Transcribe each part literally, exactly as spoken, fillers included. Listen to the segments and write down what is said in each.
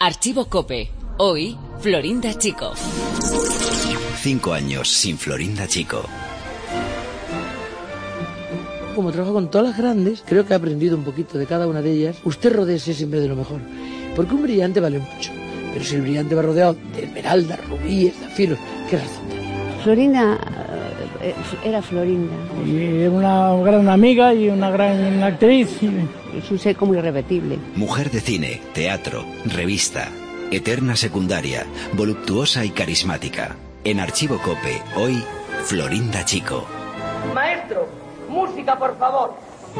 Archivo Cope. Hoy, Florinda Chico. Cinco años sin Florinda Chico. Como trabajo con todas las grandes, creo que he aprendido un poquito de cada una de ellas. Usted rodéese siempre de lo mejor, porque un brillante vale mucho. Pero si el brillante va rodeado de esmeraldas, rubíes, zafiros, ¿qué razón tenía? Florinda eh, era Florinda. Y una gran amiga y una gran actriz. Es un ser como irrepetible. Mujer de cine, teatro, revista, eterna secundaria, voluptuosa y carismática. En Archivo Cope, hoy, Florinda Chico. Maestro, música, por favor.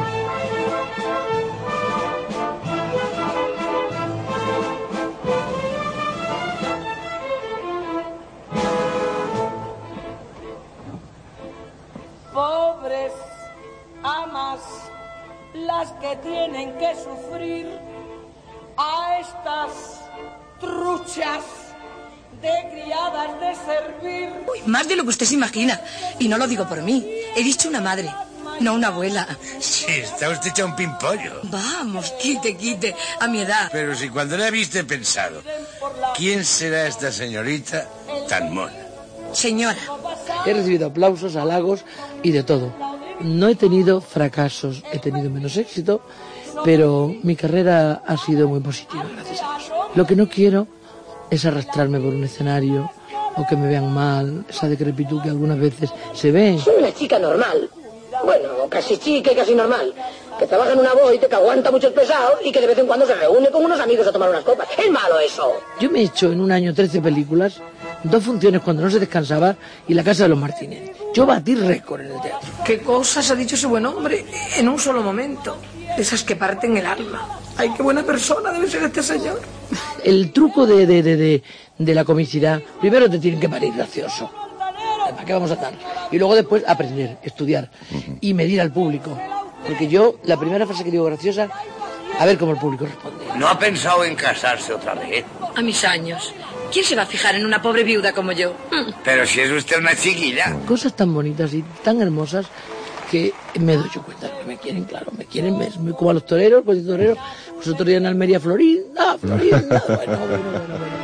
Pobres amas las que tienen que sufrir a estas truchas de criadas de servir. Uy, más de lo que usted se imagina. Y no lo digo por mí. He dicho una madre, no una abuela. Sí, está usted hecha un pimpollo. Vamos, quite, quite, a mi edad. Pero si cuando la viste he pensado, ¿quién será esta señorita tan mona? Señora. He recibido aplausos, halagos y de todo. No he tenido fracasos, he tenido menos éxito, pero mi carrera ha sido muy positiva gracias a eso. Lo que no quiero es arrastrarme por un escenario o que me vean mal, esa decrepitud que algunas veces se ve. Soy una chica normal, bueno, casi chica y casi normal, que trabaja en una boite, que aguanta muchos pesados y que de vez en cuando se reúne con unos amigos a tomar unas copas. ¿Es malo eso? Yo me he hecho en un año trece películas, dos funciones cuando no se descansaba y La Casa de los Martínez. Yo batí récord en el teatro. ¿Qué cosas ha dicho ese buen hombre en un solo momento? Esas que parten el alma. Ay, qué buena persona debe ser este señor. El truco de, de, de, de, de la comicidad, primero te tienen que parecer gracioso. ¿Para qué vamos a estar? Y luego después aprender, estudiar y medir al público. Porque yo, la primera frase que digo graciosa, a ver cómo el público responde. ¿No ha pensado en casarse otra vez? A mis años. ¿Quién se va a fijar en una pobre viuda como yo? Pero si es usted una chiquilla. Cosas tan bonitas y tan hermosas que me doy yo cuenta de que me quieren, claro, me quieren, me, me, como a los toreros, pues toreros, pues otro día en Almería, Florinda, Florinda, bueno, bueno, bueno, bueno.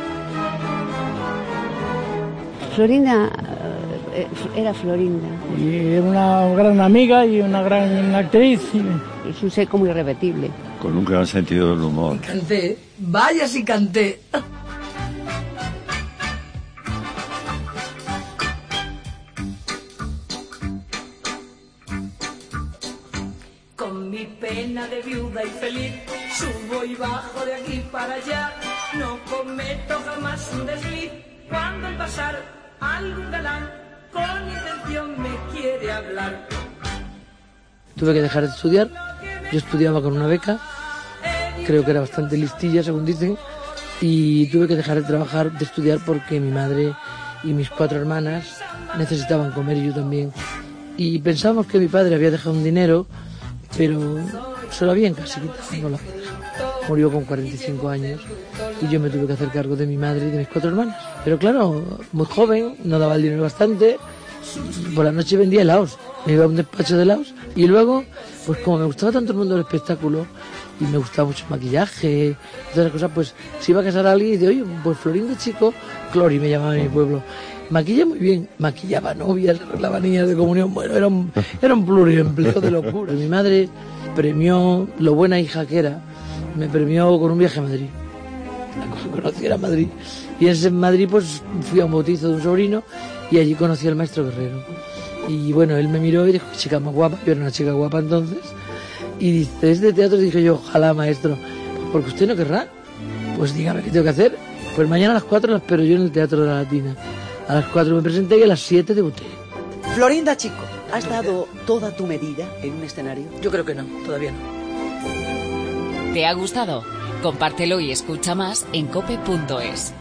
Florinda eh, era Florinda. Y una gran amiga y una gran actriz. Es un ser como irrepetible. Con un gran sentido del humor. Y canté, vaya si canté. Con mi pena de viuda infeliz, subo y bajo de aquí para allá. No cometo jamás un desliz. Cuando al pasar algún galán con intención me quiere hablar. Tuve que dejar de estudiar. Yo estudiaba con una beca. Creo que era bastante listilla, según dicen. Y tuve que dejar de trabajar, de estudiar, porque mi madre y mis cuatro hermanas necesitaban comer y yo también. Y pensábamos que mi padre había dejado un dinero, pero se lo habían casi quitado, no lo había dejado. Murió con cuarenta y cinco años y yo me tuve que hacer cargo de mi madre y de mis cuatro hermanas. Pero claro, muy joven, no daba el dinero bastante, por la noche vendía helados, me iba a un despacho de helados y luego, pues como me gustaba tanto el mundo del espectáculo y me gustaba mucho el maquillaje y todas las cosas, pues si iba a casar a alguien y de oye, pues Florinda Chico, Clori me llamaba en mi pueblo. Maquilla muy bien, maquillaba novias, arreglaba niñas de comunión, bueno, era un, era un pluriempleo de locura. Mi madre premió lo buena hija que era, me premió con un viaje a Madrid. La conocí a Madrid. Y en ese Madrid pues fui a un bautizo de un sobrino y allí conocí al maestro Guerrero. Y bueno, él me miró y dijo, chica más guapa, yo era una chica guapa entonces. Y dice, ¿es de teatro? Y dije yo, ojalá maestro, porque usted no querrá. Pues dígame qué tengo que hacer. Pues mañana a las cuatro la espero yo en el Teatro de la Latina. A las cuatro me presenté y a las siete debuté. Florinda Chico, ¿has dado toda tu medida en un escenario? Yo creo que no, todavía no. ¿Te ha gustado? Compártelo y escucha más en cope punto es.